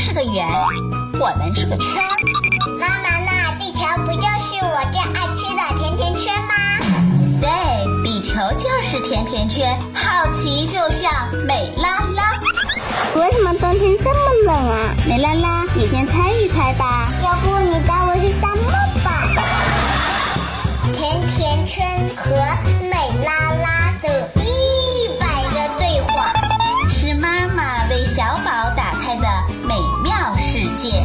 是个圆，我们是个圈。 妈妈，那地球不就是我最爱吃的甜甜圈吗？ 对，地球就是甜甜圈，好奇就像美拉拉。 为什么冬天这么冷啊？ 美拉拉，你先猜一猜吧。 要不你带我去沙漠吧？甜甜圈和美拉拉的100个对话， 是妈妈为小宝打开的美妙世界。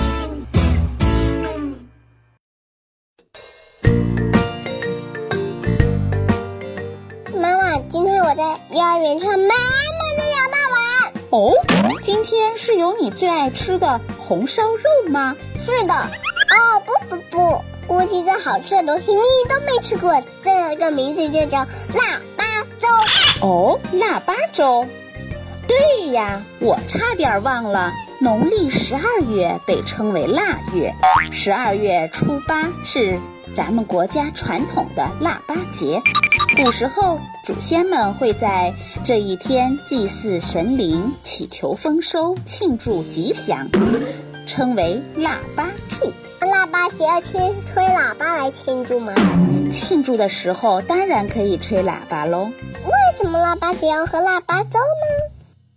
妈妈，今天我在幼儿园上满满的咬霸王。 哦，今天是有你最爱吃的红烧肉吗？ 是的。哦，不，估计这好吃的东西你都没吃过，这个名字就叫腊八粥。 哦，腊八粥。对呀，我差点忘了，农历12月被称为腊月，12月初8是咱们国家传统的腊八节。古时候祖先们会在这一天祭祀神灵，祈求丰收，庆祝吉祥，称为腊八祝。 腊八节要吹喇叭来庆祝吗？ 庆祝的时候当然可以吹喇叭喽。 为什么腊八节要喝腊八粥呢？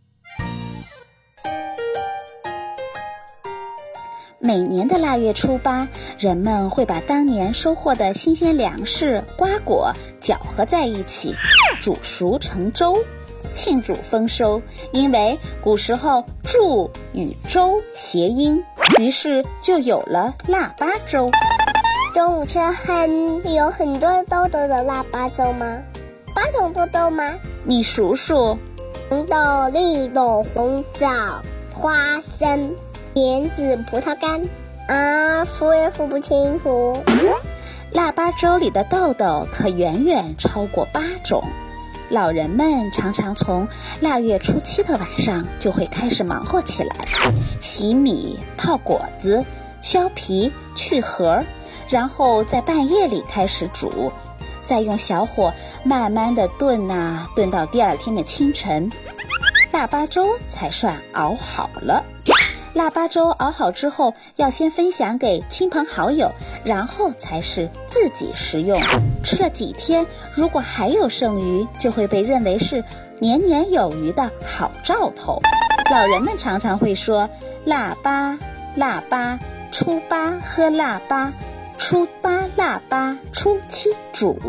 每年的腊月初8，人们会把当年收获的新鲜粮食、瓜果搅和在一起，煮熟成粥，庆祝丰收。因为古时候祝与粥谐音，于是就有了腊八粥。 中午吃有很多豆豆的腊八粥吗？8种豆豆吗？ 你数数。 红豆、绿豆、红枣、花生、莲子、葡萄干数也数不清楚。 腊八粥里的豆豆可远远超过8种。老人们常常从腊月初7的晚上就会开始忙活起来，洗米、泡果子、削皮、去核，然后在半夜里开始煮，再用小火慢慢的炖到第2天的清晨，腊八粥才算熬好了。腊八粥熬好之后，要先分享给亲朋好友，然后才是自己食用。吃了几天，如果还有剩余，就会被认为是年年有余的好兆头。老人们常常会说，腊八初8喝腊八，初8腊八，初7煮。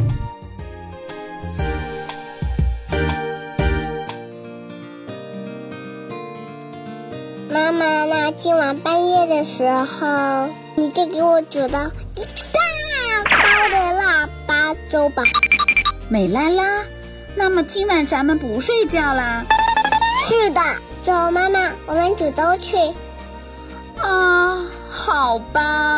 妈妈，那今晚半夜的时候，你就给我煮到一大包的腊八粥吧。 美拉拉，那么今晚咱们不睡觉啦？ 是的，走妈妈，我们煮粥去。 好吧。